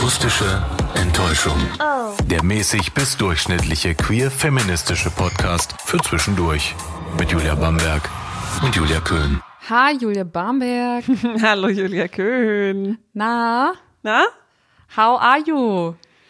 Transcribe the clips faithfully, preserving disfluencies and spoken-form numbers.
Akustische Enttäuschung. Oh. Der mäßig bis durchschnittliche queer-feministische Podcast für zwischendurch. Mit Julia Bamberg und Julia Köhn. Hi, Julia Bamberg. Hallo, Julia Köhn. Na? Na? How are you?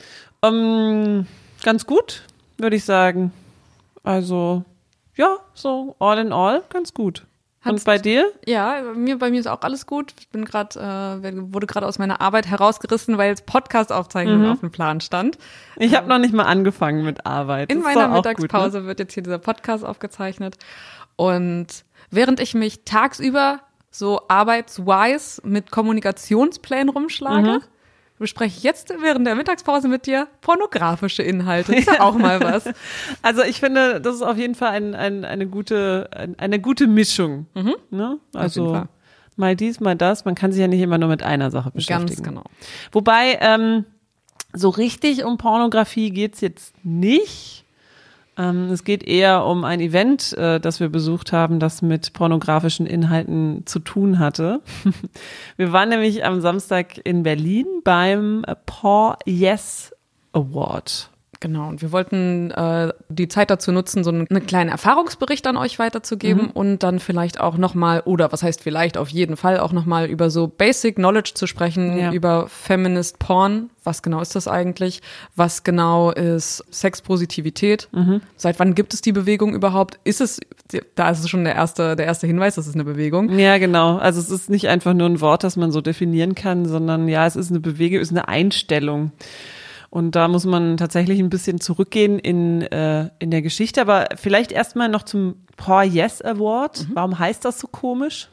Um, ganz gut, würde ich sagen. Also, ja, so all in all, ganz gut. Und bei dir? Ja, bei mir, bei mir ist auch alles gut. Ich bin gerade, äh, wurde gerade aus meiner Arbeit herausgerissen, weil jetzt Podcast-Aufzeichnung Mhm. auf dem Plan stand. Ich habe ähm, noch nicht mal angefangen mit Arbeit. In das meiner auch Mittagspause gut, ne? wird jetzt hier dieser Podcast aufgezeichnet. Und während ich mich tagsüber so arbeitswise mit Kommunikationsplänen rumschlage, Mhm. bespreche ich jetzt während der Mittagspause mit dir pornografische Inhalte. Das ist ja auch mal was. Also ich finde, das ist auf jeden Fall ein, ein, eine gute, ein, eine gute Mischung. Mhm. Ne? Auf Also jeden Fall. mal dies, mal das. Man kann sich ja nicht immer nur mit einer Sache beschäftigen. Ganz genau. Wobei, ähm, so richtig um Pornografie geht's jetzt nicht. Ähm, es geht eher um ein Event, äh, das wir besucht haben, das mit pornografischen Inhalten zu tun hatte. Wir waren nämlich am Samstag in Berlin beim Porn Yes Award. Genau, und wir wollten äh, die Zeit dazu nutzen, so einen, einen kleinen Erfahrungsbericht an euch weiterzugeben Mhm. und dann vielleicht auch nochmal, oder was heißt vielleicht, auf jeden Fall auch nochmal über so Basic Knowledge zu sprechen, Ja. über Feminist Porn. Was genau ist das eigentlich? Was genau ist Sexpositivität? Mhm. Seit wann gibt es die Bewegung überhaupt? Ist es, da ist es schon der erste, der erste Hinweis, das ist eine Bewegung. Ja, genau. Also es ist nicht einfach nur ein Wort, das man so definieren kann, sondern ja, es ist eine Bewegung, es ist eine Einstellung. Und da muss man tatsächlich ein bisschen zurückgehen in, äh, in der Geschichte. Aber vielleicht erstmal noch zum Porn Yes Award. Mhm. Warum heißt das so komisch?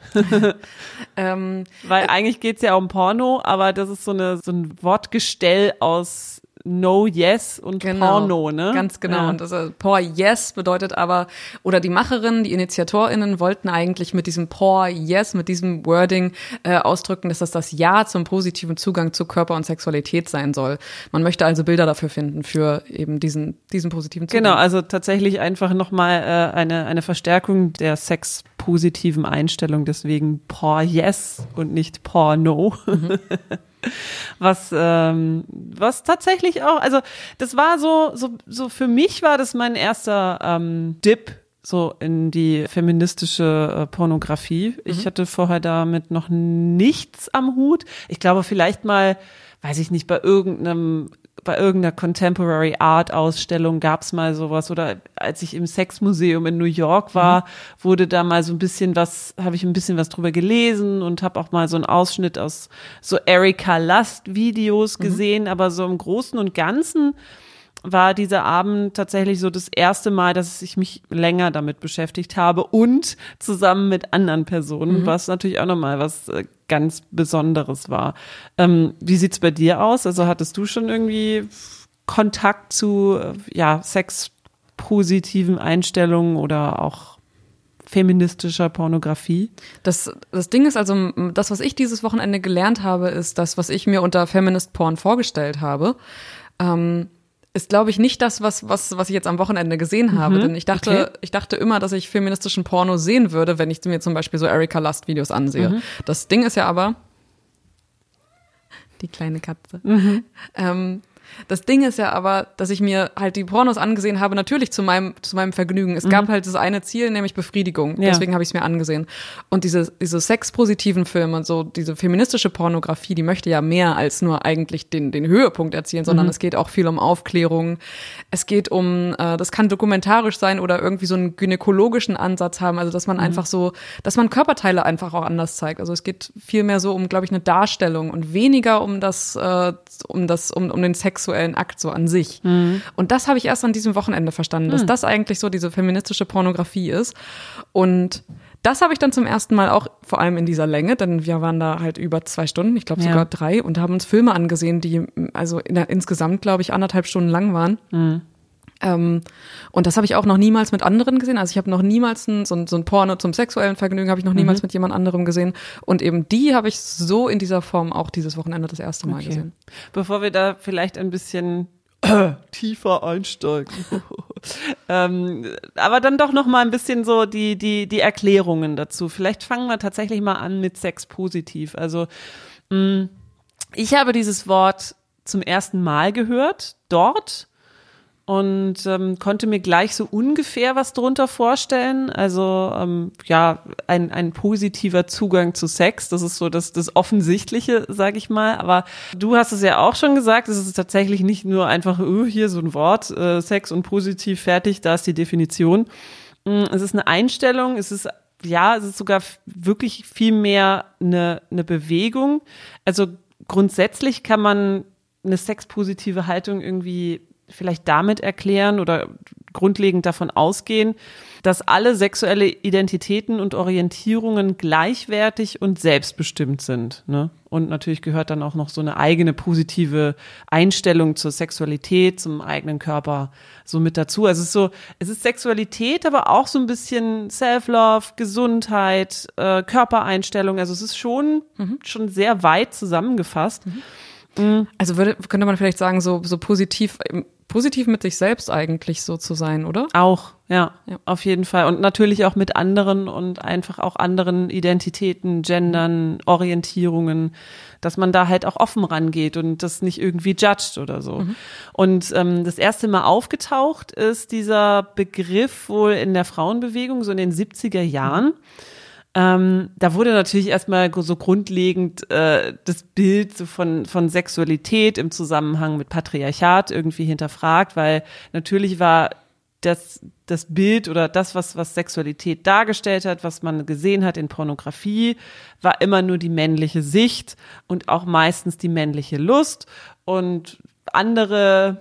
Ähm, Weil eigentlich geht's ja um Porno, aber das ist so, eine, so ein Wortgestell aus No, Yes und Genau, Porno, ne? Ganz genau. Ja. Und das äh, Porn Yes bedeutet aber, oder die Macherinnen, die InitiatorInnen wollten eigentlich mit diesem Porn Yes, mit diesem Wording äh, ausdrücken, dass das das Ja zum positiven Zugang zu Körper und Sexualität sein soll. Man möchte also Bilder dafür finden, für eben diesen, diesen positiven Zugang. Genau, also tatsächlich einfach nochmal äh, eine, eine Verstärkung der sexpositiven Einstellung, deswegen Porn Yes und nicht Porno. Mhm. Was, ähm, was tatsächlich auch, also das war so, so, so für mich war das mein erster ähm, Dip so in die feministische äh, Pornografie. Mhm. Ich hatte vorher damit noch nichts am Hut. Ich glaube vielleicht mal, weiß ich nicht, bei irgendeinem bei irgendeiner Contemporary Art Ausstellung gab's mal sowas, oder als ich im Sexmuseum in New York war, mhm. wurde da mal so ein bisschen was, habe ich ein bisschen was drüber gelesen und habe auch mal so einen Ausschnitt aus so Erika Lust Videos gesehen, mhm. aber so im Großen und Ganzen war dieser Abend tatsächlich so das erste Mal, dass ich mich länger damit beschäftigt habe und zusammen mit anderen Personen, mhm. was natürlich auch nochmal was äh, ganz Besonderes war. Ähm, wie sieht's bei dir aus? Also hattest du schon irgendwie Kontakt zu äh, ja, sexpositiven Einstellungen oder auch feministischer Pornografie? Das, das Ding ist also, das, was ich dieses Wochenende gelernt habe, ist das, was ich mir unter Feminist Porn vorgestellt habe. Ähm, ist, glaube ich, nicht das, was, was, was ich jetzt am Wochenende gesehen habe. Mhm, denn ich dachte, okay. ich dachte immer, dass ich feministischen Porno sehen würde, wenn ich mir zum Beispiel so Erika Lust Videos ansehe. Mhm. Das Ding ist ja aber, die kleine Katze, mhm. ähm, das Ding ist ja aber, dass ich mir halt die Pornos angesehen habe, natürlich zu meinem zu meinem Vergnügen. Es mhm. gab halt das eine Ziel, nämlich Befriedigung. Ja. Deswegen habe ich es mir angesehen. Und diese diese sexpositiven Filme, so diese feministische Pornografie, die möchte ja mehr als nur eigentlich den den Höhepunkt erzielen, sondern mhm. es geht auch viel um Aufklärung. Es geht um, äh, das kann dokumentarisch sein oder irgendwie so einen gynäkologischen Ansatz haben, also dass man mhm. einfach so, dass man Körperteile einfach auch anders zeigt. Also es geht viel mehr so um, glaube ich, eine Darstellung und weniger um das äh, um das um um den Sex sexuellen Akt so an sich. Mhm. Und das habe ich erst an diesem Wochenende verstanden, dass mhm. das eigentlich so diese feministische Pornografie ist. Und das habe ich dann zum ersten Mal auch, vor allem in dieser Länge, denn wir waren da halt über zwei Stunden, ich glaube sogar ja. drei, und haben uns Filme angesehen, die also in der, insgesamt, glaube ich, anderthalb Stunden lang waren. Mhm. Ähm, und das habe ich auch noch niemals mit anderen gesehen. Also ich habe noch niemals ein, so, ein, so ein Porno zum sexuellen Vergnügen habe ich noch niemals mhm. mit jemand anderem gesehen. Und eben die habe ich so in dieser Form auch dieses Wochenende das erste Mal okay. gesehen. Bevor wir da vielleicht ein bisschen äh, tiefer einsteigen, ähm, aber dann doch noch mal ein bisschen so die die die Erklärungen dazu. Vielleicht fangen wir tatsächlich mal an mit Sex positiv. Also mh, ich habe dieses Wort zum ersten Mal gehört, dort. Und ähm, konnte mir gleich so ungefähr was drunter vorstellen. Also ähm, ja, ein, ein positiver Zugang zu Sex, das ist so das, das Offensichtliche, sag ich mal. Aber du hast es ja auch schon gesagt, es ist tatsächlich nicht nur einfach, oh, hier so ein Wort, äh, Sex und positiv, fertig, da ist die Definition. Es ist eine Einstellung, es ist, ja, es ist sogar wirklich viel mehr eine, eine Bewegung. Also grundsätzlich kann man eine sexpositive Haltung irgendwie vielleicht damit erklären oder grundlegend davon ausgehen, dass alle sexuelle Identitäten und Orientierungen gleichwertig und selbstbestimmt sind, ne? Und natürlich gehört dann auch noch so eine eigene positive Einstellung zur Sexualität, zum eigenen Körper so mit dazu. Also es ist so, es ist Sexualität, aber auch so ein bisschen Self-Love, Gesundheit, äh, Körpereinstellung. Also es ist schon, mhm. schon sehr weit zusammengefasst. Mhm. Also würde, könnte man vielleicht sagen, so, so positiv, positiv mit sich selbst eigentlich so zu sein, oder? Auch, ja, ja, auf jeden Fall. Und natürlich auch mit anderen und einfach auch anderen Identitäten, Gendern, Orientierungen, dass man da halt auch offen rangeht und das nicht irgendwie judgt oder so. Mhm. Und ähm, das erste Mal aufgetaucht ist dieser Begriff wohl in der Frauenbewegung, so in den siebziger Jahren. Mhm. Ähm, da wurde natürlich erstmal so grundlegend äh, das Bild so von von Sexualität im Zusammenhang mit Patriarchat irgendwie hinterfragt, weil natürlich war das das Bild oder das, was was Sexualität dargestellt hat, was man gesehen hat in Pornografie, war immer nur die männliche Sicht und auch meistens die männliche Lust und andere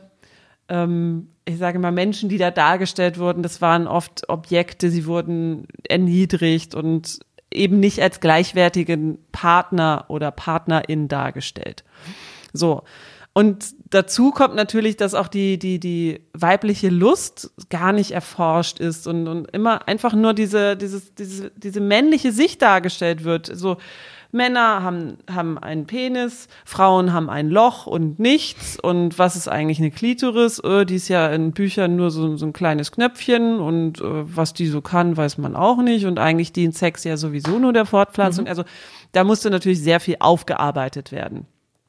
ähm, ich sage mal, Menschen, die da dargestellt wurden, das waren oft Objekte, sie wurden erniedrigt und eben nicht als gleichwertigen Partner oder Partnerin dargestellt. So. Und dazu kommt natürlich, dass auch die, die, die weibliche Lust gar nicht erforscht ist und, und immer einfach nur diese, dieses, diese, diese männliche Sicht dargestellt wird. So, Männer haben, haben einen Penis, Frauen haben ein Loch und nichts. Und was ist eigentlich eine Klitoris? Äh, die ist ja in Büchern nur so, so ein kleines Knöpfchen und äh, was die so kann, weiß man auch nicht. Und eigentlich dient Sex ja sowieso nur der Fortpflanzung. Mhm. Also da musste natürlich sehr viel aufgearbeitet werden.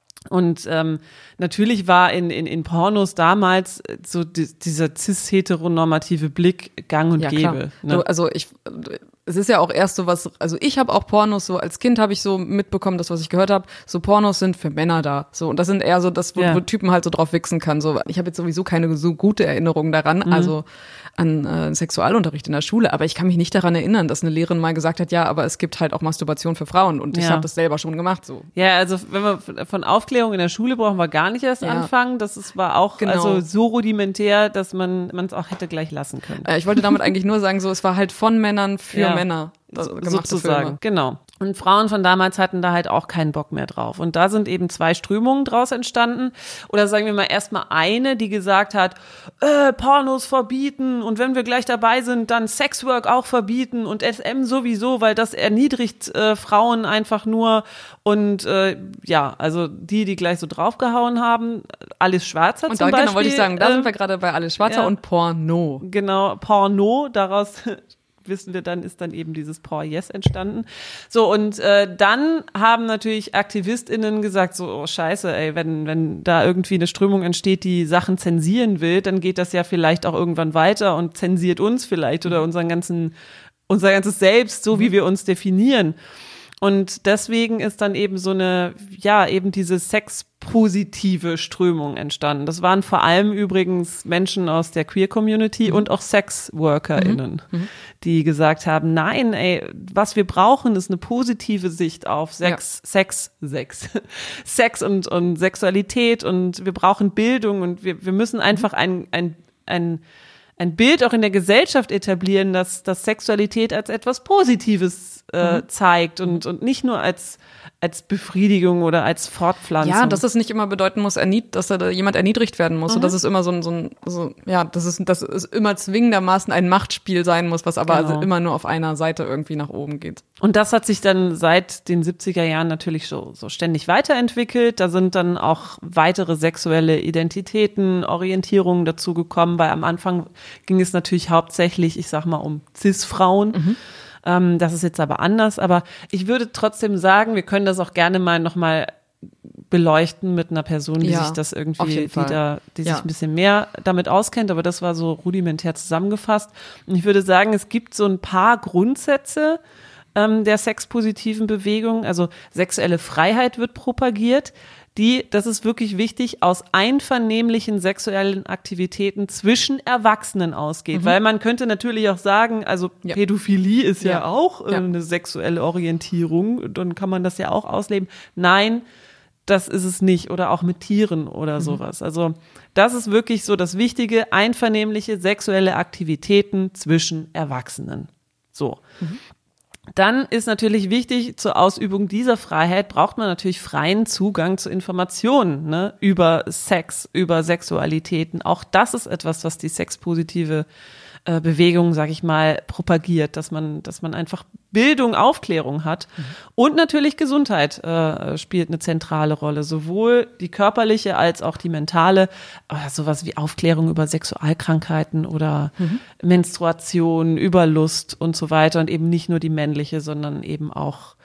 Und ähm, natürlich war in, in, in Pornos damals so die, dieser cis-heteronormative Blick gang und ja, gäbe. Ne? Du, also ich, es ist ja auch erst so was, also ich habe auch Pornos so, als Kind habe ich so mitbekommen, das, was ich gehört habe, so Pornos sind für Männer da. So, und das sind eher so das, wo, ja. wo Typen halt so drauf wichsen kann. So, ich habe jetzt sowieso keine so gute Erinnerung daran, mhm. also an äh, Sexualunterricht in der Schule, aber ich kann mich nicht daran erinnern, dass eine Lehrerin mal gesagt hat, ja, aber es gibt halt auch Masturbation für Frauen und ich ja. habe das selber schon gemacht. So. Ja, also wenn wir von Aufklärung in der Schule brauchen wir gar nicht erst ja. anfangen. Das ist, war auch genau. also so rudimentär, dass man man es auch hätte gleich lassen können. Äh, ich wollte damit eigentlich nur sagen, so es war halt von Männern für ja. Männer. Sozusagen, genau. Und Frauen von damals hatten da halt auch keinen Bock mehr drauf. Und da sind eben zwei Strömungen draus entstanden. Oder sagen wir mal erstmal eine, die gesagt hat, äh, Pornos verbieten und wenn wir gleich dabei sind, dann Sexwork auch verbieten und S M sowieso, weil das erniedrigt äh, Frauen einfach nur. Und äh, ja, also die, die gleich so draufgehauen haben, Alice Schwarzer und zum da, Beispiel. Genau, wollte ich sagen, da äh, sind wir gerade bei Alice Schwarzer ja. und Porno. Genau, Porno, daraus wissen wir dann, ist dann eben dieses Por Yes entstanden. So, und äh, dann haben natürlich AktivistInnen gesagt, so, oh scheiße, ey, wenn wenn da irgendwie eine Strömung entsteht, die Sachen zensieren will, dann geht das ja vielleicht auch irgendwann weiter und zensiert uns vielleicht oder unseren ganzen, unser ganzes Selbst, so wie wir uns definieren. Und deswegen ist dann eben so eine, ja, eben diese sexpositive Strömung entstanden. Das waren vor allem übrigens Menschen aus der Queer-Community mhm. und auch SexworkerInnen, mhm. die gesagt haben, nein, ey, was wir brauchen, ist eine positive Sicht auf Sex, ja. Sex, Sex, Sex und, und Sexualität und wir brauchen Bildung und wir, wir müssen einfach ein, ein, ein, ein Bild auch in der Gesellschaft etablieren, dass, dass Sexualität als etwas Positives äh, mhm. zeigt und, und nicht nur als, als Befriedigung oder als Fortpflanzung. Ja, dass es nicht immer bedeuten muss, ernied- dass da jemand erniedrigt werden muss. Mhm. Und dass es immer so ein, so ein so, ja, dass es, dass es immer zwingendermaßen ein Machtspiel sein muss, was aber genau. also immer nur auf einer Seite irgendwie nach oben geht. Und das hat sich dann seit den siebziger Jahren natürlich so, so ständig weiterentwickelt. Da sind dann auch weitere sexuelle Identitäten, Orientierungen dazu gekommen, weil am Anfang ging es natürlich hauptsächlich, ich sag mal, um Cis-Frauen. Mhm. Ähm, das ist jetzt aber anders. Aber ich würde trotzdem sagen, wir können das auch gerne mal nochmal beleuchten mit einer Person, die Ja, sich das auf irgendwie, jeden die Fall. da, die Ja. sich ein bisschen mehr damit auskennt, aber das war so rudimentär zusammengefasst. Und ich würde sagen, es gibt so ein paar Grundsätze ähm, der sexpositiven Bewegung, also sexuelle Freiheit wird propagiert, die, das ist wirklich wichtig, aus einvernehmlichen sexuellen Aktivitäten zwischen Erwachsenen ausgeht. Mhm. Weil man könnte natürlich auch sagen, also ja. Pädophilie ist ja, ja auch äh, ja. eine sexuelle Orientierung, dann kann man das ja auch ausleben. Nein, das ist es nicht. Oder auch mit Tieren oder mhm. sowas. Also das ist wirklich so das Wichtige, einvernehmliche sexuelle Aktivitäten zwischen Erwachsenen. So. Mhm. Dann ist natürlich wichtig, zur Ausübung dieser Freiheit braucht man natürlich freien Zugang zu Informationen, ne, über Sex, über Sexualitäten. Auch das ist etwas, was die sexpositive äh, Bewegung, sag ich mal, propagiert, dass man, dass man einfach Bildung, Aufklärung hat. Mhm. Und natürlich Gesundheit äh, spielt eine zentrale Rolle, sowohl die körperliche als auch die mentale, äh, sowas wie Aufklärung über Sexualkrankheiten oder mhm. Menstruation, Überlust und so weiter und eben nicht nur die männliche, sondern eben auch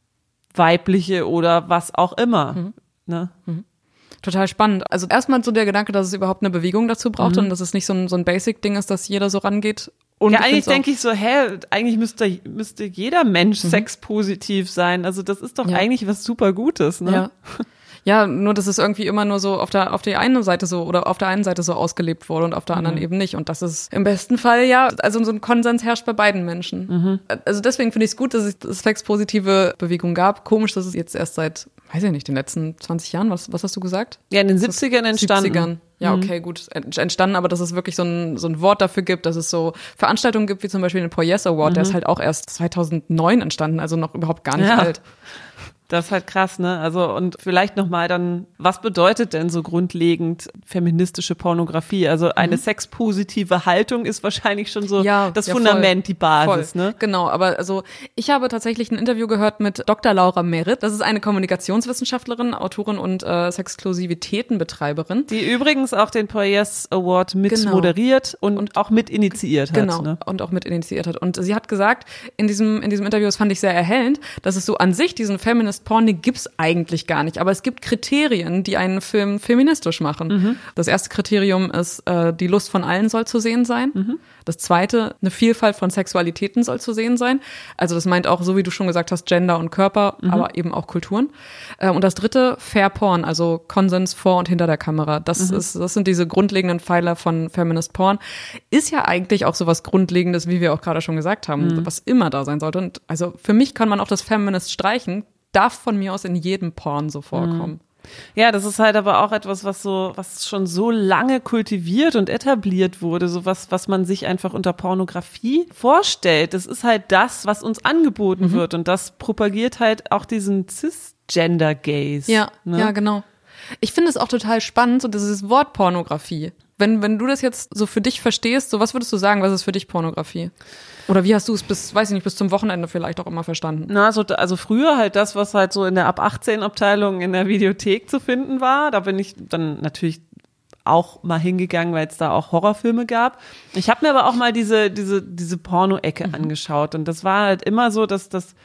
weibliche oder was auch immer. Mhm. Ne? Mhm. Total spannend. Also erstmal so der Gedanke, dass es überhaupt eine Bewegung dazu braucht mhm. und dass es nicht so ein, so ein Basic-Ding ist, dass jeder so rangeht. Und ja, eigentlich denke ich so, hä, eigentlich müsste, müsste jeder Mensch mhm. sexpositiv sein. Also das ist doch ja. eigentlich was super Gutes, ne? Ja. Ja, nur dass es irgendwie immer nur so auf der auf der einen Seite so oder auf der einen Seite so ausgelebt wurde und auf der anderen mhm. eben nicht. Und das ist im besten Fall ja, also so ein Konsens herrscht bei beiden Menschen. Mhm. Also deswegen finde ich es gut, dass es das sexpositive Bewegung gab. Komisch, dass es jetzt erst seit, weiß ich nicht, den letzten zwanzig Jahren, was was hast du gesagt? Ja, in den siebzigern entstanden. siebzigern. Ja, okay, gut, entstanden, aber dass es wirklich so ein, so ein Wort dafür gibt, dass es so Veranstaltungen gibt, wie zum Beispiel den Paul Yes Award, mhm. der ist halt auch erst zweitausendneun entstanden, also noch überhaupt gar nicht ja. alt. Das ist halt krass, ne? Also und vielleicht nochmal dann, was bedeutet denn so grundlegend feministische Pornografie? Also eine mhm. sexpositive Haltung ist wahrscheinlich schon so ja, das ja, Fundament, voll, die Basis, voll. ne? Genau, aber also ich habe tatsächlich ein Interview gehört mit Doktor Laura Merritt. Das ist eine Kommunikationswissenschaftlerin, Autorin und äh, Sexklusivitätenbetreiberin. Die übrigens auch den Paul Yes Award mit genau. moderiert und, und auch mit initiiert hat. Genau, ne? und auch mit initiiert hat. Und sie hat gesagt, in diesem, in diesem Interview, das fand ich sehr erhellend, dass es so an sich diesen Feminist Porn, den gibt's eigentlich gar nicht. Aber es gibt Kriterien, die einen Film feministisch machen. Mhm. Das erste Kriterium ist, äh, die Lust von allen soll zu sehen sein. Mhm. Das zweite, eine Vielfalt von Sexualitäten soll zu sehen sein. Also das meint auch, so wie du schon gesagt hast, Gender und Körper, mhm. aber eben auch Kulturen. Äh, und das dritte, Fair Porn, also Konsens vor und hinter der Kamera. Das mhm. ist, das sind diese grundlegenden Pfeiler von Feminist Porn. Ist ja eigentlich auch so was Grundlegendes, wie wir auch gerade schon gesagt haben, mhm. was immer da sein sollte. Und also für mich kann man auch das Feminist streichen, darf von mir aus in jedem Porn so vorkommen. Ja, das ist halt aber auch etwas, was so, was schon so lange kultiviert und etabliert wurde, so was, was man sich einfach unter Pornografie vorstellt. Das ist halt das, was uns angeboten mhm. wird und das propagiert halt auch diesen Cisgender-Gaze. Ja, ne? ja, genau. Ich finde es auch total spannend, so dieses Wort Pornografie. Wenn, wenn du das jetzt so für dich verstehst, so was würdest du sagen, was ist für dich Pornografie? Oder wie hast du es bis, weiß ich nicht, bis zum Wochenende vielleicht auch immer verstanden? Na, so, also früher halt das, was halt so in der ab achtzehn Abteilung in der Videothek zu finden war. Da bin ich dann natürlich auch mal hingegangen, weil es da auch Horrorfilme gab. Ich habe mir aber auch mal diese, diese, diese Porno-Ecke mhm. angeschaut. Und das war halt immer so, dass das,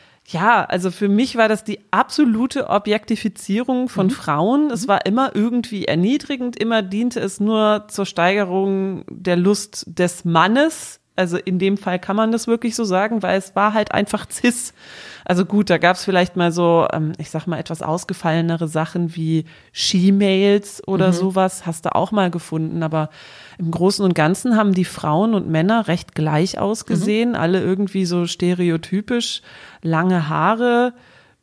ja, also für mich war das die absolute Objektifizierung von mhm. Frauen. Es war immer irgendwie erniedrigend. Immer diente es nur zur Steigerung der Lust des Mannes. Also in dem Fall kann man das wirklich so sagen, weil es war halt einfach cis. Also gut, da gab es vielleicht mal so, ich sag mal, etwas ausgefallenere Sachen wie She-Mails oder mhm. sowas, hast du auch mal gefunden. Aber im Großen und Ganzen haben die Frauen und Männer recht gleich ausgesehen, mhm. alle irgendwie so stereotypisch, lange Haare,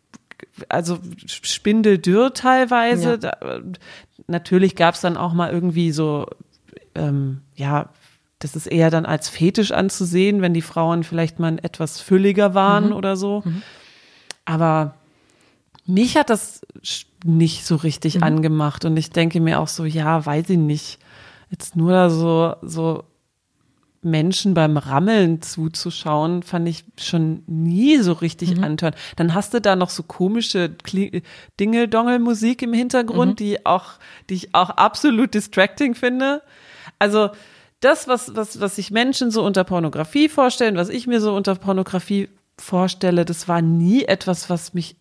also spindeldürr teilweise. Ja. Da, natürlich gab es dann auch mal irgendwie so, ähm, ja, das ist eher dann als Fetisch anzusehen, wenn die Frauen vielleicht mal etwas fülliger waren mhm. oder so. Mhm. Aber mich hat das nicht so richtig mhm. angemacht. Und ich denke mir auch so, ja, weiß ich nicht. Jetzt nur so, so Menschen beim Rammeln zuzuschauen, fand ich schon nie so richtig mhm. antören. Dann hast du da noch so komische Dingeldongel-Musik im Hintergrund, mhm. die auch, die ich auch absolut distracting finde. Also, das, was, was, was sich Menschen so unter Pornografie vorstellen, was ich mir so unter Pornografie vorstelle, das war nie etwas, was mich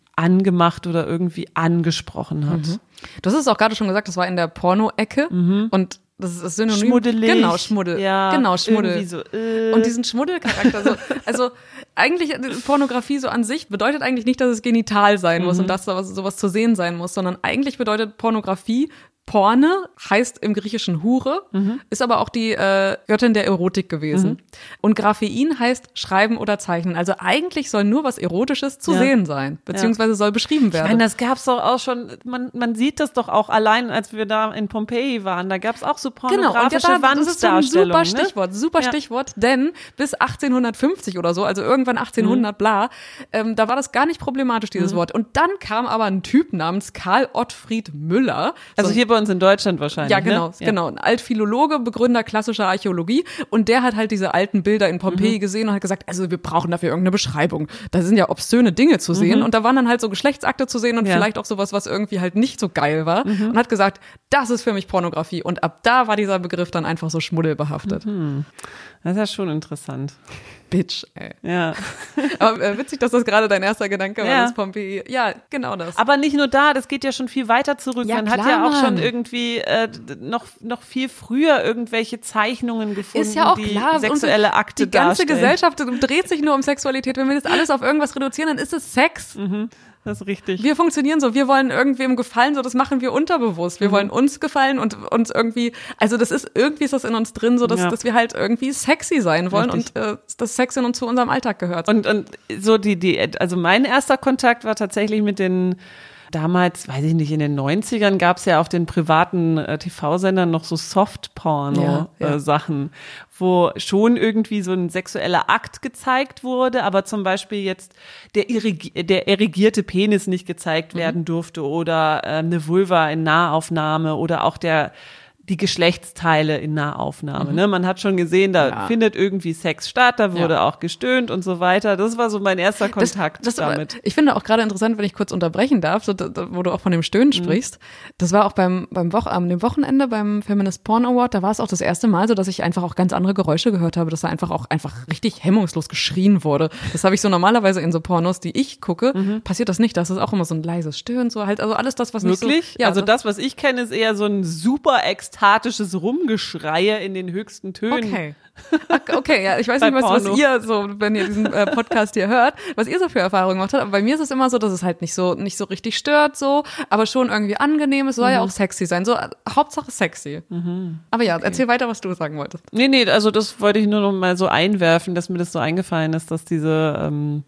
angemacht oder irgendwie angesprochen hat. Mhm. Du hast es auch gerade schon gesagt, das war in der Porno-Ecke mhm. und das ist das Synonym. Schmuddelig. Genau, Schmuddel. Ja, genau, Schmuddel. Irgendwie so, äh. Und diesen Schmuddelcharakter, so, also eigentlich Pornografie so an sich bedeutet eigentlich nicht, dass es genital sein muss mhm. und dass sowas, sowas zu sehen sein muss, sondern eigentlich bedeutet Pornografie Porne heißt im Griechischen Hure, mhm. ist aber auch die äh, Göttin der Erotik gewesen. Mhm. Und Graphein heißt schreiben oder zeichnen. Also eigentlich soll nur was Erotisches zu ja. sehen sein, beziehungsweise ja. soll beschrieben werden. Ich meine, das gab's doch auch schon, man, man sieht das doch auch allein, als wir da in Pompeji waren, da gab's auch so pornografische genau. Und ja, da, Wanddarstellungen. Das ist so ein super ne? Stichwort, super ja. Stichwort, denn bis achtzehnhundertfünfzig oder so, also irgendwann achtzehnhundert, mhm. bla, ähm, da war das gar nicht problematisch, dieses mhm. Wort. Und dann kam aber ein Typ namens Karl Ottfried Müller. Also so hier bei uns in Deutschland wahrscheinlich. Ja, genau, ne? genau. Ein Altphilologe, Begründer klassischer Archäologie. Und der hat halt diese alten Bilder in Pompeji mhm. gesehen und hat gesagt, also wir brauchen dafür irgendeine Beschreibung. Da sind ja obszöne Dinge zu sehen. Mhm. Und da waren dann halt so Geschlechtsakte zu sehen und ja. vielleicht auch sowas, was irgendwie halt nicht so geil war. Mhm. Und hat gesagt, das ist für mich Pornografie. Und ab da war dieser Begriff dann einfach so schmuddelbehaftet. Mhm. Das ist ja schon interessant. Bitch, ey. Ja. Aber äh, witzig, dass das gerade dein erster Gedanke war, ja. das Pompeji. Ja, genau das. Aber nicht nur da, das geht ja schon viel weiter zurück. Ja, Man klar, hat ja auch Mann. schon irgendwie äh, noch noch viel früher irgendwelche Zeichnungen gefunden, ist ja auch die klar. sexuelle Akte Die ganze darstellen. Gesellschaft dreht sich nur um Sexualität. Wenn wir das alles auf irgendwas reduzieren, dann ist es Sex. Mhm. Das ist richtig. Wir funktionieren so, wir wollen irgendwem gefallen, so das machen wir unterbewusst. Wir mhm. wollen uns gefallen und uns irgendwie, also das ist, irgendwie ist das in uns drin, so dass, ja. dass wir halt irgendwie sexy sein wollen richtig. Und äh, dass Sex in uns zu unserem Alltag gehört. Und, und so die, die, also mein erster Kontakt war tatsächlich mit den damals, weiß ich nicht, in den neunzigern gab es ja auf den privaten äh, T V-Sendern noch so Soft-Porno-Sachen, ja, ja. äh, wo schon irgendwie so ein sexueller Akt gezeigt wurde, aber zum Beispiel jetzt der, irrig- der erigierte Penis nicht gezeigt werden durfte oder äh, eine Vulva in Nahaufnahme oder auch der die Geschlechtsteile in Nahaufnahme. Mhm. Ne? Man hat schon gesehen, da ja. findet irgendwie Sex statt, da wurde ja. auch gestöhnt und so weiter. Das war so mein erster Kontakt das, das damit. Aber, ich finde auch gerade interessant, wenn ich kurz unterbrechen darf, so, da, wo du auch von dem Stöhnen mhm. sprichst. Das war auch beim beim Woche, am dem Wochenende beim Feminist Porn Award, da war es auch das erste Mal so, dass ich einfach auch ganz andere Geräusche gehört habe, dass da einfach auch einfach richtig hemmungslos geschrien wurde. Das habe ich so normalerweise in so Pornos, die ich gucke, mhm. passiert das nicht. Das ist auch immer so ein leises Stöhnen, so halt, also alles das, was Wirklich? nicht so... Ja, also das, was ich kenne, ist eher so ein super ekstatisches Rumgeschreie in den höchsten Tönen. Okay. Okay, ja, ich weiß nicht, was, was ihr so, wenn ihr diesen äh, Podcast hier hört, was ihr so für Erfahrungen gemacht habt. Aber bei mir ist es immer so, dass es halt nicht so nicht so richtig stört, so, aber schon irgendwie angenehm. Es soll mhm. ja auch sexy sein. So, äh, Hauptsache sexy. Mhm. Aber ja, okay. Erzähl weiter, was du sagen wolltest. Nee, nee, also das wollte ich nur noch mal so einwerfen, dass mir das so eingefallen ist, dass diese ähm,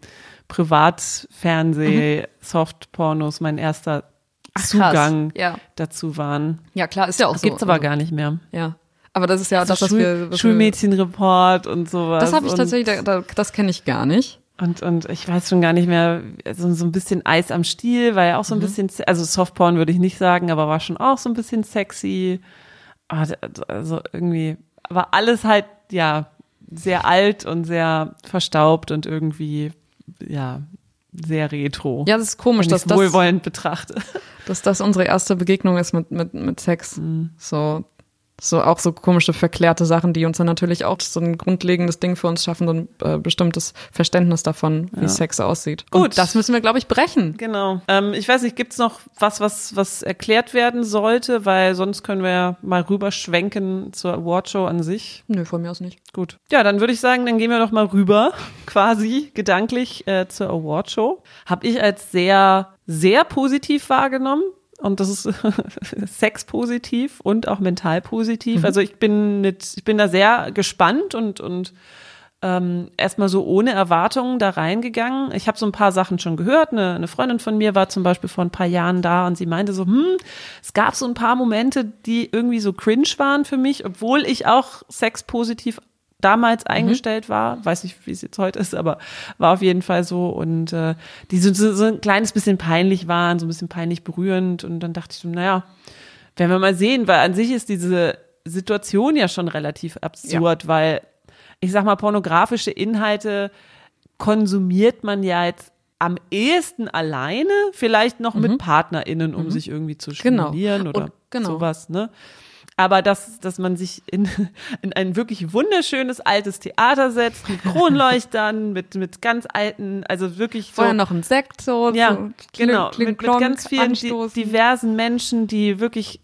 Privatfernseh-Softpornos mein erster Ach, Zugang ja. dazu waren. Ja, klar, ist ja auch das so. Gibt's aber also, gar nicht mehr. Ja. Aber das ist ja also das, was Schul- wir... Was Schulmädchenreport und sowas. Das habe ich und, tatsächlich, da, da, das kenne ich gar nicht. Und und ich weiß schon gar nicht mehr, also so ein bisschen Eis am Stiel, war ja auch so ein mhm. bisschen, also Softporn würde ich nicht sagen, aber war schon auch so ein bisschen sexy. Also irgendwie, aber alles halt, ja, sehr alt und sehr verstaubt und irgendwie, ja... sehr retro. Ja, das ist komisch, dass das wohlwollend betrachte. Dass das unsere erste Begegnung ist mit mit mit Sex. Mhm. So so auch so komische verklärte Sachen, die uns dann natürlich auch so ein grundlegendes Ding für uns schaffen, so ein äh, bestimmtes Verständnis davon, wie ja. Sex aussieht. Gut, und das müssen wir, glaube ich, brechen. Genau. Ähm, ich weiß nicht, gibt's noch was, was was erklärt werden sollte, weil sonst können wir ja mal rüberschwenken zur Awardshow an sich. Nö, von mir aus nicht. Gut. Ja, dann würde ich sagen, dann gehen wir doch mal rüber, quasi gedanklich äh, zur Awardshow. Hab ich als sehr sehr positiv wahrgenommen. Und das ist sexpositiv und auch mental positiv. Mhm. Also ich bin mit, ich bin da sehr gespannt und und ähm, erstmal so ohne Erwartungen da reingegangen. Ich habe so ein paar Sachen schon gehört. Eine, eine Freundin von mir war zum Beispiel vor ein paar Jahren da und sie meinte so, hm, es gab so ein paar Momente, die irgendwie so cringe waren für mich, obwohl ich auch sexpositiv damals eingestellt war, weiß nicht, wie es jetzt heute ist, aber war auf jeden Fall so und äh, die so, so, so ein kleines bisschen peinlich waren, so ein bisschen peinlich berührend und dann dachte ich so, naja, werden wir mal sehen, weil an sich ist diese Situation ja schon relativ absurd, ja. weil ich sag mal, pornografische Inhalte konsumiert man ja jetzt am ehesten alleine, vielleicht noch mhm. mit PartnerInnen, um mhm. sich irgendwie zu stimulieren genau. oder und, genau. sowas, ne? Aber dass, dass man sich in, in ein wirklich wunderschönes altes Theater setzt, mit Kronleuchtern, mit, mit ganz alten, also wirklich so. Vorher noch ein Sekt, so. Ja, so genau. Kling, mit, mit Klonk, ganz vielen di- diversen Menschen, die wirklich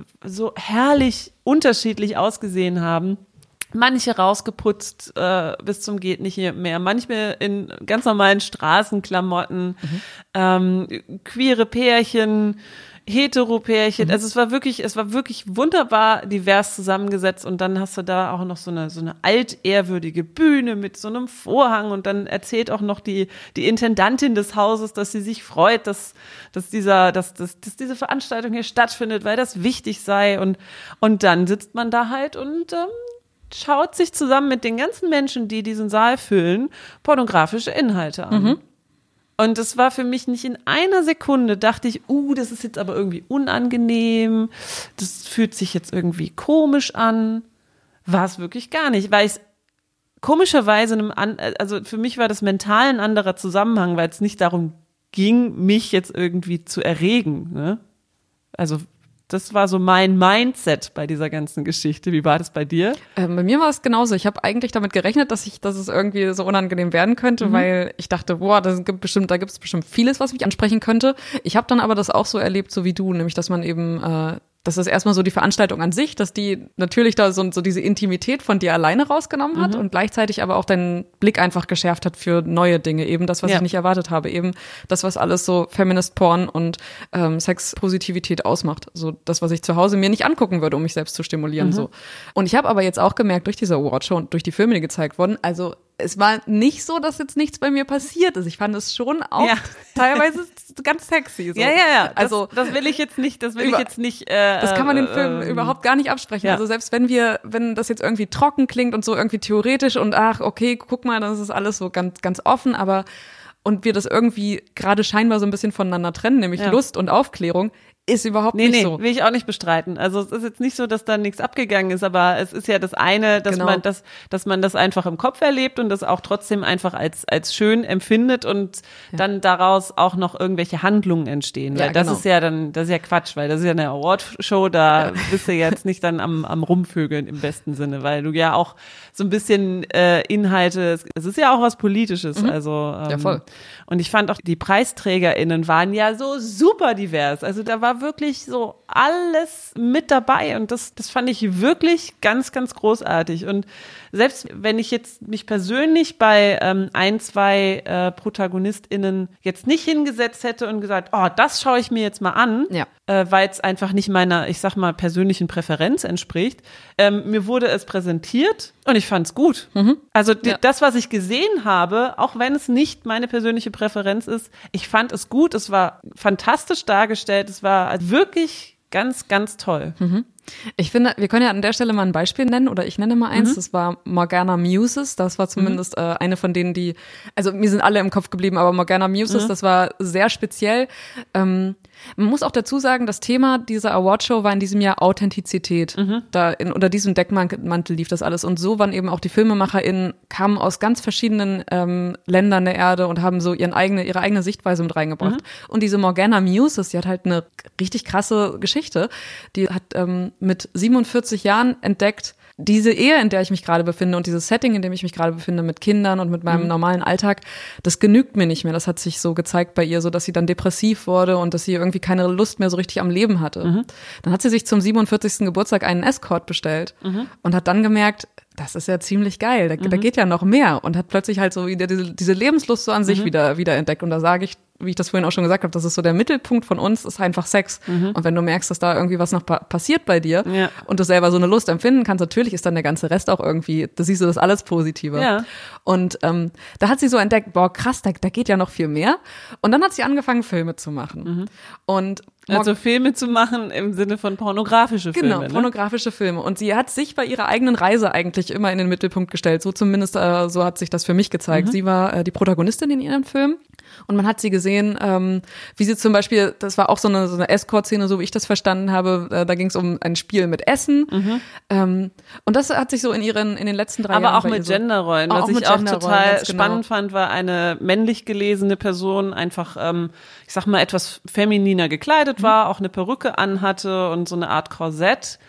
so herrlich unterschiedlich ausgesehen haben. Manche rausgeputzt äh, bis zum geht nicht mehr, manchmal in ganz normalen Straßenklamotten, mhm. ähm, queere Pärchen, Hetero-Pärchen, mhm. also es war wirklich, es war wirklich wunderbar divers zusammengesetzt und dann hast du da auch noch so eine, so eine altehrwürdige Bühne mit so einem Vorhang und dann erzählt auch noch die, die Intendantin des Hauses, dass sie sich freut, dass, dass dieser, dass, dass, dass diese Veranstaltung hier stattfindet, weil das wichtig sei und, und dann sitzt man da halt und, ähm, schaut sich zusammen mit den ganzen Menschen, die diesen Saal füllen, pornografische Inhalte an. Mhm. Und das war für mich nicht in einer Sekunde, dachte ich, uh, das ist jetzt aber irgendwie unangenehm, das fühlt sich jetzt irgendwie komisch an. War es wirklich gar nicht, weil ich komischerweise, in einem, also für mich war das mental ein anderer Zusammenhang, weil es nicht darum ging, mich jetzt irgendwie zu erregen. Ne? Also das war so mein Mindset bei dieser ganzen Geschichte. Wie war das bei dir? Ähm, bei mir war es genauso. Ich habe eigentlich damit gerechnet, dass ich, dass es irgendwie so unangenehm werden könnte, mhm. weil ich dachte, boah, das gibt bestimmt, da gibt es bestimmt vieles, was mich ansprechen könnte. Ich habe dann aber das auch so erlebt, so wie du, nämlich, dass man eben äh, das ist erstmal so die Veranstaltung an sich, dass die natürlich da so, so diese Intimität von dir alleine rausgenommen hat mhm. und gleichzeitig aber auch deinen Blick einfach geschärft hat für neue Dinge. Eben das, was ja. ich nicht erwartet habe. Eben das, was alles so Feminist Porn und ähm, Sexpositivität ausmacht. So das, was ich zu Hause mir nicht angucken würde, um mich selbst zu stimulieren. Mhm. So. Und ich habe aber jetzt auch gemerkt, durch diese Awardshow und durch die Filme, die gezeigt wurden, also es war nicht so, dass jetzt nichts bei mir passiert ist. Ich fand es schon auch ja. teilweise ganz sexy. So. Ja, ja, ja. Also das, das will ich jetzt nicht, das will über, ich jetzt nicht. Äh, das kann man den Film äh, überhaupt gar nicht absprechen. Ja. Also selbst wenn wir, wenn das jetzt irgendwie trocken klingt und so irgendwie theoretisch und ach, okay, guck mal, das ist alles so ganz, ganz offen, aber und wir das irgendwie gerade scheinbar so ein bisschen voneinander trennen, nämlich ja. Lust und Aufklärung. Ist überhaupt nee, nicht nee, so. Will ich auch nicht bestreiten. Also es ist jetzt nicht so, dass da nichts abgegangen ist, aber es ist ja das eine, dass genau. man das, dass man das einfach im Kopf erlebt und das auch trotzdem einfach als als schön empfindet und ja. dann daraus auch noch irgendwelche Handlungen entstehen. Weil ja, das genau. ist ja dann, das ist ja Quatsch, weil das ist ja eine Awardshow, da ja. bist du jetzt nicht dann am am Rumvögeln im besten Sinne, weil du ja auch so ein bisschen äh, Inhalte, es ist ja auch was Politisches, mhm. also ähm, ja, voll. Und ich fand auch, die PreisträgerInnen waren ja so super divers. Also da war wirklich so alles mit dabei und das, das fand ich wirklich ganz, ganz großartig. Und selbst wenn ich jetzt mich persönlich bei ähm, ein, zwei äh, ProtagonistInnen jetzt nicht hingesetzt hätte und gesagt, oh, das schaue ich mir jetzt mal an, ja. äh, weil es einfach nicht meiner, ich sag mal, persönlichen Präferenz entspricht. Ähm, mir wurde es präsentiert und ich fand es gut. Mhm. Also die, ja. das, was ich gesehen habe, auch wenn es nicht meine persönliche Präferenz ist, ich fand es gut, es war fantastisch dargestellt, es war wirklich ganz, ganz toll. Mhm. Ich finde, wir können ja an der Stelle mal ein Beispiel nennen oder ich nenne mal eins, mhm. das war Morgana Muses, das war zumindest mhm. äh, eine von denen, die, also mir sind alle im Kopf geblieben, aber Morgana Muses, mhm. das war sehr speziell. Ähm, man muss auch dazu sagen, das Thema dieser Awardshow war in diesem Jahr Authentizität. Mhm. Da in, unter diesem Deckmantel lief das alles und so waren eben auch die FilmemacherInnen, kamen aus ganz verschiedenen ähm, Ländern der Erde und haben so ihren eigene, ihre eigene Sichtweise mit reingebracht. Mhm. Und diese Morgana Muses, die hat halt eine richtig krasse Geschichte, die hat ähm, mit siebenundvierzig Jahren entdeckt, diese Ehe, in der ich mich gerade befinde und dieses Setting, in dem ich mich gerade befinde mit Kindern und mit meinem mhm. normalen Alltag, das genügt mir nicht mehr. Das hat sich so gezeigt bei ihr, so dass sie dann depressiv wurde und dass sie irgendwie keine Lust mehr so richtig am Leben hatte. Mhm. Dann hat sie sich zum siebenundvierzigsten Geburtstag einen Escort bestellt mhm. und hat dann gemerkt, das ist ja ziemlich geil, da, mhm. da geht ja noch mehr und hat plötzlich halt so wieder diese, diese Lebenslust so an sich mhm. wieder, wieder entdeckt. Und da sage ich, wie ich das vorhin auch schon gesagt habe, das ist so der Mittelpunkt von uns, ist einfach Sex. Mhm. Und wenn du merkst, dass da irgendwie was noch pa- passiert bei dir ja. und du selber so eine Lust empfinden kannst, natürlich ist dann der ganze Rest auch irgendwie, da siehst du das alles Positive. Ja. Und ähm, da hat sie so entdeckt, boah krass, da, da geht ja noch viel mehr. Und dann hat sie angefangen, Filme zu machen. Mhm. Und Also Filme zu machen im Sinne von pornografische Filme. Genau, ne? pornografische Filme. Und sie hat sich bei ihrer eigenen Reise eigentlich immer in den Mittelpunkt gestellt. So zumindest, äh, so hat sich das für mich gezeigt. Mhm. Sie war äh, die Protagonistin in ihrem Film. Und man hat sie gesehen, ähm, wie sie zum Beispiel, das war auch so eine, so eine Escort-Szene, so wie ich das verstanden habe, äh, da ging es um ein Spiel mit Essen. Mhm. Ähm, und das hat sich so in ihren, in den letzten drei Aber Jahren. Aber auch mit so, Genderrollen. Was auch ich auch total genau. spannend fand, war eine männlich gelesene Person einfach, ähm, ich sag mal, etwas femininer gekleidet war, auch eine Perücke anhatte und so eine Art Korsett.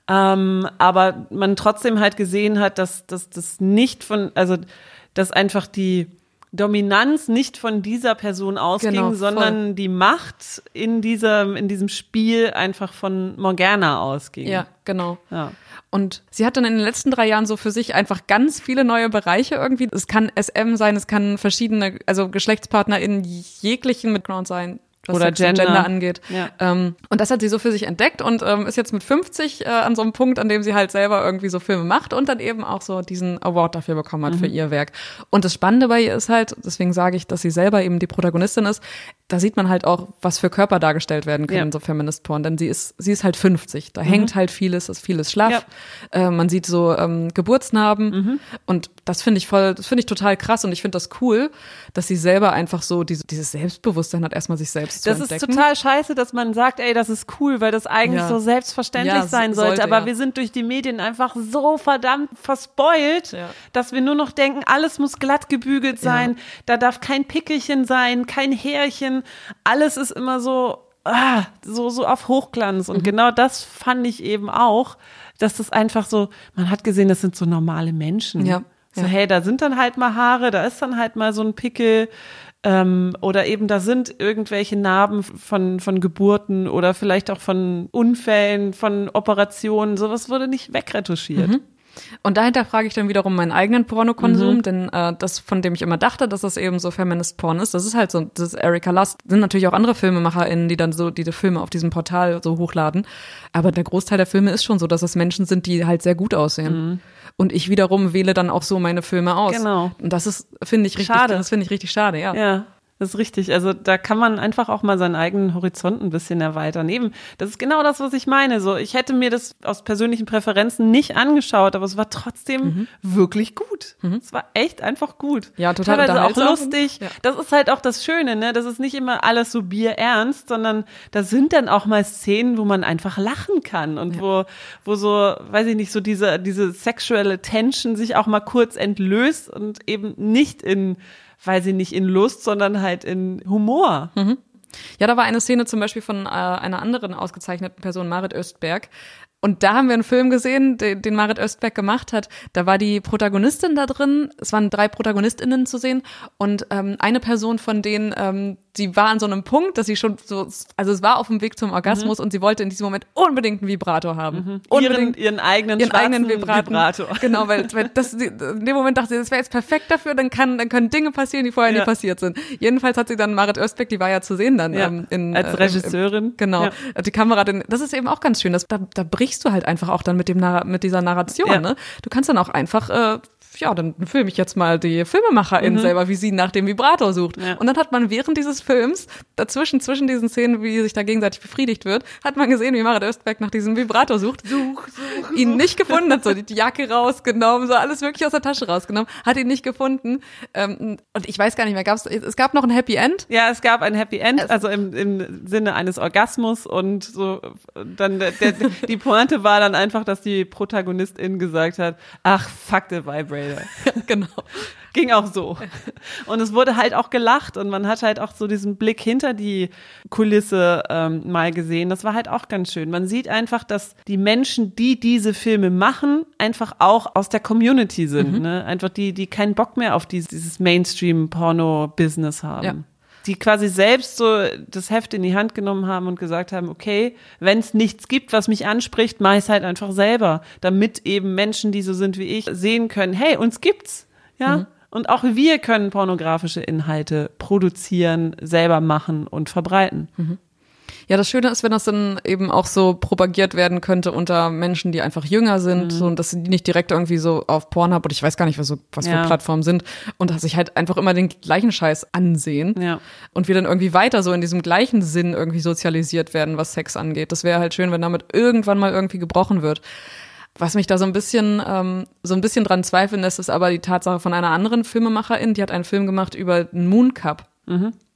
Ähm, aber man trotzdem halt gesehen hat, dass dass das nicht von, also dass einfach die Dominanz nicht von dieser Person ausging, Genau, sondern die Macht in diesem, in diesem Spiel einfach von Morgana ausging. Ja, genau. Ja. Und sie hat dann in den letzten drei Jahren so für sich einfach ganz viele neue Bereiche irgendwie. Es kann S M sein, es kann verschiedene, also Geschlechtspartner in jeglichen Background sein. Was Oder Sex und Gender. Gender angeht. Ja. Ähm, und das hat sie so für sich entdeckt und ähm, ist jetzt mit fünfzig äh, an so einem Punkt, an dem sie halt selber irgendwie so Filme macht und dann eben auch so diesen Award dafür bekommen hat mhm. für ihr Werk. Und das Spannende bei ihr ist halt, deswegen sage ich, dass sie selber eben die Protagonistin ist, da sieht man halt auch, was für Körper dargestellt werden können, ja. so Feminist-Porn. Denn sie ist, sie ist halt fünfzig. Da mhm. hängt halt vieles, ist vieles schlaff. Ja. Äh, man sieht so ähm, Geburtsnarben. Mhm. Und das finde ich voll, das finde ich total krass. Und ich finde das cool, dass sie selber einfach so diese, dieses Selbstbewusstsein hat, erstmal sich selbst zu das entdecken. Das ist total scheiße, dass man sagt, ey, das ist cool, weil das eigentlich ja. so selbstverständlich ja, sein sollte. sollte aber ja. wir sind durch die Medien einfach so verdammt verspoilt, ja. dass wir nur noch denken, alles muss glatt gebügelt sein. Ja. Da darf kein Pickelchen sein, kein Härchen. Alles ist immer so, ah, so, so auf Hochglanz. Und mhm. genau das fand ich eben auch, dass das einfach so, man hat gesehen, das sind so normale Menschen. Ja. So, ja. hey, da sind dann halt mal Haare, da ist dann halt mal so ein Pickel. Ähm, oder eben da sind irgendwelche Narben von, von Geburten oder vielleicht auch von Unfällen, von Operationen. Sowas wurde nicht wegretuschiert. Mhm. Und dahinter frage ich dann wiederum meinen eigenen Pornokonsum, Mhm. denn äh, das, von dem ich immer dachte, dass das eben so Feminist-Porn ist, das ist halt so, das ist Erika Lust. Sind natürlich auch andere FilmemacherInnen, die dann so diese Filme auf diesem Portal so hochladen. Aber der Großteil der Filme ist schon so, dass es Menschen sind, die halt sehr gut aussehen. Mhm. Und ich wiederum wähle dann auch so meine Filme aus. Genau. Und das ist, finde ich, richtig, schade. Das finde ich richtig schade, ja. Ja. Das ist richtig. Also da kann man einfach auch mal seinen eigenen Horizont ein bisschen erweitern. Eben, das ist genau das, was ich meine. So, ich hätte mir das aus persönlichen Präferenzen nicht angeschaut, aber es war trotzdem mhm. wirklich gut. Mhm. Es war echt einfach gut. Ja, total teilweise auch unterhaltsam. lustig. Ja. Das ist halt auch das Schöne, ne? Das ist nicht immer alles so bierernst, sondern da sind dann auch mal Szenen, wo man einfach lachen kann und ja. wo, wo so, weiß ich nicht, so diese, diese sexuelle Tension sich auch mal kurz entlöst und eben nicht in weil sie nicht in Lust, sondern halt in Humor. Mhm. Ja, da war eine Szene zum Beispiel von äh, einer anderen ausgezeichneten Person, Marit Östberg. Und da haben wir einen Film gesehen, den, den Marit Östberg gemacht hat. Da war die Protagonistin da drin. Es waren drei ProtagonistInnen zu sehen. Und ähm, eine Person von denen, ähm, die war an so einem Punkt, dass sie schon so, also es war auf dem Weg zum Orgasmus mhm. und sie wollte in diesem Moment unbedingt einen Vibrator haben. Mhm. Unbedingt ihren, ihren eigenen ihren eigenen Vibrator. Vibrator. Genau, weil, weil das, in dem Moment dachte sie, das wäre jetzt perfekt dafür, dann kann, dann können Dinge passieren, die vorher ja. nie passiert sind. Jedenfalls hat sie dann Marit Östberg, die war ja zu sehen dann ja. ähm, in, als Regisseurin. Äh, im, genau, ja. die Kamera, das ist eben auch ganz schön. Das, da, da brichst du halt einfach auch dann mit dem mit dieser Narration. Ja. Ne? Du kannst dann auch einfach äh, ja, dann filme ich jetzt mal die Filmemacherin mhm. selber, wie sie nach dem Vibrator sucht. Ja. Und dann hat man während dieses Films, dazwischen, zwischen diesen Szenen, wie sich da gegenseitig befriedigt wird, hat man gesehen, wie Marit Östberg nach diesem Vibrator sucht. Such, such, ihn such. nicht gefunden hat, so die Jacke rausgenommen, so alles wirklich aus der Tasche rausgenommen, hat ihn nicht gefunden. Ähm, und ich weiß gar nicht mehr, gab's, es gab noch ein Happy End? Ja, es gab ein Happy End, also im, im Sinne eines Orgasmus und so, dann, der, der, die Pointe war dann einfach, dass die Protagonistin gesagt hat, ach, fuck the vibrator. Ja, genau. Ging auch so. Und es wurde halt auch gelacht und man hat halt auch so diesen Blick hinter die Kulisse ähm, mal gesehen. Das war halt auch ganz schön. Man sieht einfach, dass die Menschen, die diese Filme machen, einfach auch aus der Community sind. Mhm. Ne? Einfach die, die keinen Bock mehr auf dieses, dieses Mainstream-Porno-Business haben. Ja. Die quasi selbst so das Heft in die Hand genommen haben und gesagt haben, okay, wenn es nichts gibt, was mich anspricht, mach ich es halt einfach selber, damit eben Menschen, die so sind wie ich, sehen können, hey, uns gibt's, ja, mhm. und auch wir können pornografische Inhalte produzieren, selber machen und verbreiten. Mhm. Ja, das Schöne ist, wenn das dann eben auch so propagiert werden könnte unter Menschen, die einfach jünger sind, mhm. so, und dass sie nicht direkt irgendwie so auf Pornhub oder ich weiß gar nicht, was so was ja. für Plattformen sind, und dass sich halt einfach immer den gleichen Scheiß ansehen ja. und wir dann irgendwie weiter so in diesem gleichen Sinn irgendwie sozialisiert werden, was Sex angeht. Das wäre halt schön, wenn damit irgendwann mal irgendwie gebrochen wird. Was mich da so ein bisschen ähm, so ein bisschen dran zweifeln lässt, ist aber die Tatsache von einer anderen Filmemacherin, die hat einen Film gemacht über den Moon Cup. Mhm.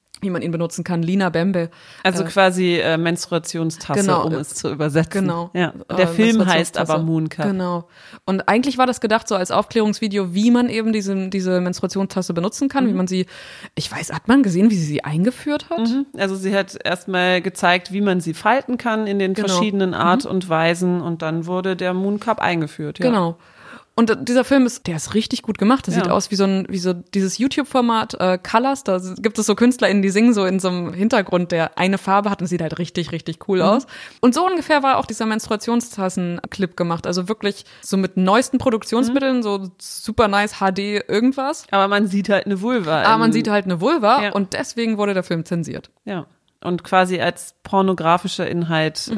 wie man ihn benutzen kann, Lina Bembe. Also äh, quasi äh, Menstruationstasse, genau, um es zu übersetzen. Genau. Ja. Der äh, Film heißt aber Moon Cup. Genau. Und eigentlich war das gedacht so als Aufklärungsvideo, wie man eben diese, diese Menstruationstasse benutzen kann, mhm. wie man sie, ich weiß, hat man gesehen, wie sie sie eingeführt hat? Mhm. Also sie hat erstmal gezeigt, wie man sie falten kann in den genau. verschiedenen Art mhm. und Weisen und dann wurde der Moon Cup eingeführt. Ja. Genau. Und dieser Film ist, der ist richtig gut gemacht. Der ja. sieht aus wie so ein, wie so dieses YouTube-Format äh, Colors. Da gibt es so KünstlerInnen, die singen so in so einem Hintergrund, der eine Farbe hat und sieht halt richtig, richtig cool mhm. aus. Und so ungefähr war auch dieser Menstruationstassen-Clip gemacht. Also wirklich so mit neuesten Produktionsmitteln, mhm. so super nice H D irgendwas. Aber man sieht halt eine Vulva. Aber man sieht halt eine Vulva ja. und deswegen wurde der Film zensiert. Ja. Und quasi als pornografischer Inhalt mhm.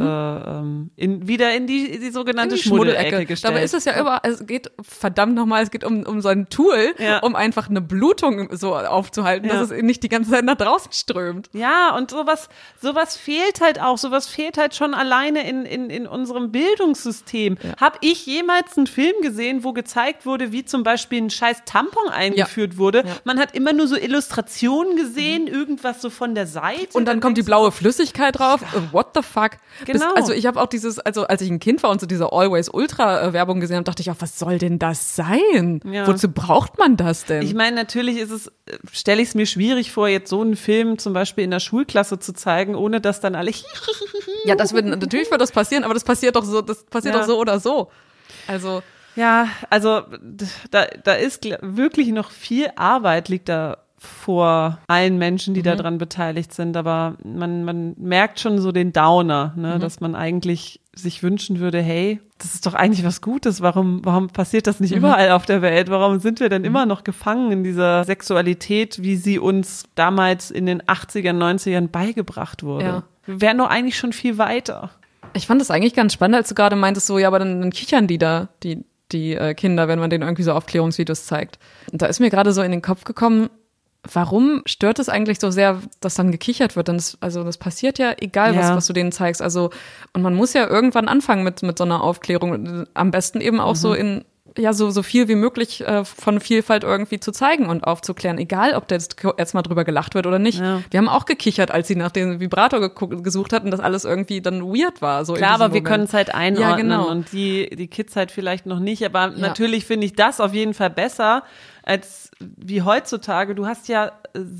äh, in, wieder in die, die sogenannte in die Schmuddelecke gestellt. Dabei ist es ja überall, es geht, verdammt nochmal, es geht um, um so ein Tool, ja. um einfach eine Blutung so aufzuhalten, ja. dass es nicht die ganze Zeit nach draußen strömt. Ja, und sowas, sowas fehlt halt auch, sowas fehlt halt schon alleine in, in, in unserem Bildungssystem. Ja. Hab ich jemals einen Film gesehen, wo gezeigt wurde, wie zum Beispiel ein scheiß Tampon eingeführt ja. wurde? Ja. Man hat immer nur so Illustrationen gesehen, mhm. irgendwas so von der Seite. Und dann kommt die blaue Flüssigkeit drauf. Ja. What the fuck? Genau. Bis, also ich habe auch dieses, also als ich ein Kind war und so diese Always Ultra Werbung gesehen habe, dachte ich auch, was soll denn das sein? Ja. Wozu braucht man das denn? Ich meine, natürlich ist es, stelle ich es mir schwierig vor, jetzt so einen Film zum Beispiel in der Schulklasse zu zeigen, ohne dass dann alle ja, das wird, natürlich wird das passieren, aber das passiert doch so, das passiert ja. doch so oder so. Also. Ja, also da, da ist wirklich noch viel Arbeit liegt da vor allen Menschen, die mhm. daran beteiligt sind, aber man, man merkt schon so den Downer, ne, mhm. dass man eigentlich sich wünschen würde, hey, das ist doch eigentlich was Gutes, warum, warum passiert das nicht mhm. überall auf der Welt, warum sind wir denn mhm. immer noch gefangen in dieser Sexualität, wie sie uns damals in den achtzigern, neunzigern beigebracht wurde. Ja. Wir wären doch eigentlich schon viel weiter. Ich fand das eigentlich ganz spannend, als du gerade meintest, so, ja, aber dann, dann kichern die da, die, die äh, Kinder, wenn man denen irgendwie so Aufklärungsvideos zeigt. Und da ist mir gerade so in den Kopf gekommen, warum stört es eigentlich so sehr, dass dann gekichert wird? Denn das, also das passiert ja, egal was, ja. was du denen zeigst. Also, und man muss ja irgendwann anfangen mit, mit so einer Aufklärung. Am besten eben auch mhm. so in, ja, so, so viel wie möglich äh, von Vielfalt irgendwie zu zeigen und aufzuklären. Egal, ob da jetzt, jetzt mal drüber gelacht wird oder nicht. Ja. Wir haben auch gekichert, als sie nach dem Vibrator geguckt, gesucht hatten, dass alles irgendwie dann weird war. So Klar, aber Moment. Wir können es halt einordnen ja, genau. und die, die Kids halt vielleicht noch nicht. Aber ja. natürlich finde ich das auf jeden Fall besser, als wie heutzutage. Du hast ja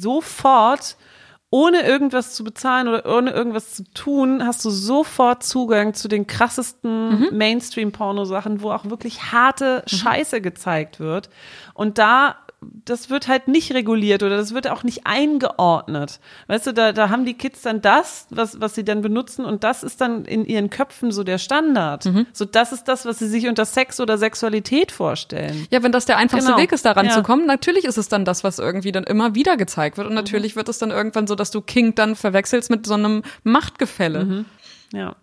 sofort, ohne irgendwas zu bezahlen oder ohne irgendwas zu tun, hast du sofort Zugang zu den krassesten mhm. Mainstream-Porno-Sachen, wo auch wirklich harte mhm. Scheiße gezeigt wird. Und da, das wird halt nicht reguliert oder das wird auch nicht eingeordnet. Weißt du, da, da haben die Kids dann das, was, was sie dann benutzen und das ist dann in ihren Köpfen so der Standard. Mhm. So, das ist das, was sie sich unter Sex oder Sexualität vorstellen. Ja, wenn das der einfachste genau. Weg ist, daran ja. zu kommen, natürlich ist es dann das, was irgendwie dann immer wieder gezeigt wird und natürlich mhm. wird es dann irgendwann so, dass du Kink dann verwechselst mit so einem Machtgefälle. Mhm. Ja.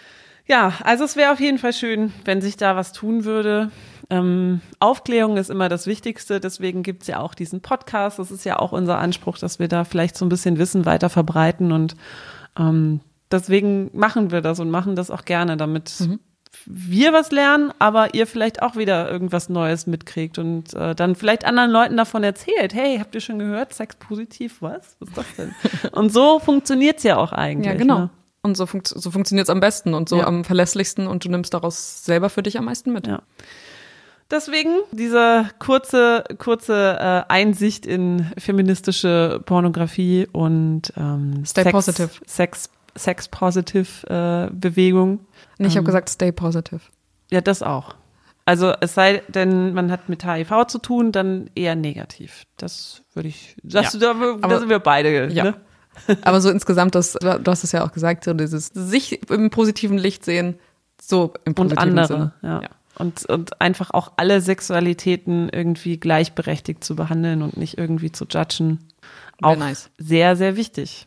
Ja, also es wäre auf jeden Fall schön, wenn sich da was tun würde. Ähm, Aufklärung ist immer das Wichtigste, deswegen gibt's ja auch diesen Podcast. Das ist ja auch unser Anspruch, dass wir da vielleicht so ein bisschen Wissen weiter verbreiten und ähm, deswegen machen wir das und machen das auch gerne, damit mhm. wir was lernen, aber ihr vielleicht auch wieder irgendwas Neues mitkriegt und äh, dann vielleicht anderen Leuten davon erzählt. Hey, habt ihr schon gehört? Sex positiv? Was? Was ist das denn? Und so funktioniert's ja auch eigentlich. Ja, genau. Ne? Und so, funkt, so funktioniert's am besten und so ja. am verlässlichsten und du nimmst daraus selber für dich am meisten mit. Ja. Deswegen diese kurze, kurze äh, Einsicht in feministische Pornografie und ähm, Stay Sex, positive. Sex, Sex-Positive äh, Bewegung. Nee, ich ähm, habe gesagt, stay positive. Ja, das auch. Also es sei denn, man hat mit H I V zu tun, dann eher negativ. Das würde ich, das, ja. da, da sind wir beide. Ja. Ne? Aber so insgesamt, das, du hast es ja auch gesagt, so dieses sich im positiven Licht sehen, so im positiven und andere, Sinne. Ja. ja. Und, und einfach auch alle Sexualitäten irgendwie gleichberechtigt zu behandeln und nicht irgendwie zu judgen. Auch nice. Sehr, sehr wichtig.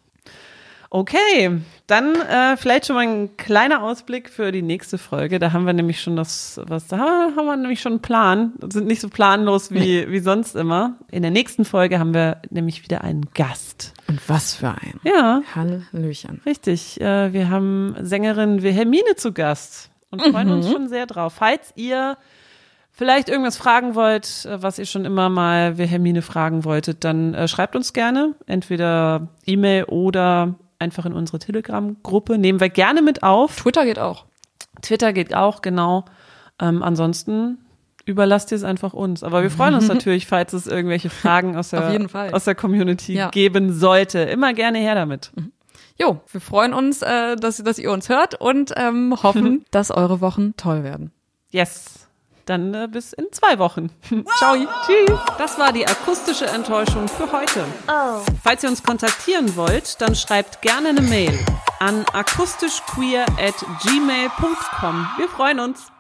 Okay, dann äh, vielleicht schon mal ein kleiner Ausblick für die nächste Folge. Da haben wir nämlich schon das, was da haben wir nämlich schon einen Plan. Sind nicht so planlos wie, nee. wie sonst immer. In der nächsten Folge haben wir nämlich wieder einen Gast. Und was für ein? Ja. Hallöchen. Richtig. Äh, wir haben Sängerin Wilhelmine zu Gast. Und freuen mhm. uns schon sehr drauf. Falls ihr vielleicht irgendwas fragen wollt, was ihr schon immer mal Hermine fragen wolltet, dann äh, schreibt uns gerne, entweder E-Mail oder einfach in unsere Telegram-Gruppe. Nehmen wir gerne mit auf. Twitter geht auch. Twitter geht auch, genau. Ähm, ansonsten überlasst ihr es einfach uns. Aber wir freuen uns natürlich, falls es irgendwelche Fragen aus der, Auf jeden Fall. aus der Community ja. geben sollte. Immer gerne her damit. Jo, wir freuen uns, äh, dass, dass ihr uns hört und ähm, hoffen, dass eure Wochen toll werden. Yes. Dann äh, bis in zwei Wochen. Ciao. Tschüss. Das war die akustische Enttäuschung für heute. Oh. Falls ihr uns kontaktieren wollt, dann schreibt gerne eine Mail an akustischqueer at gmail punkt com. Wir freuen uns.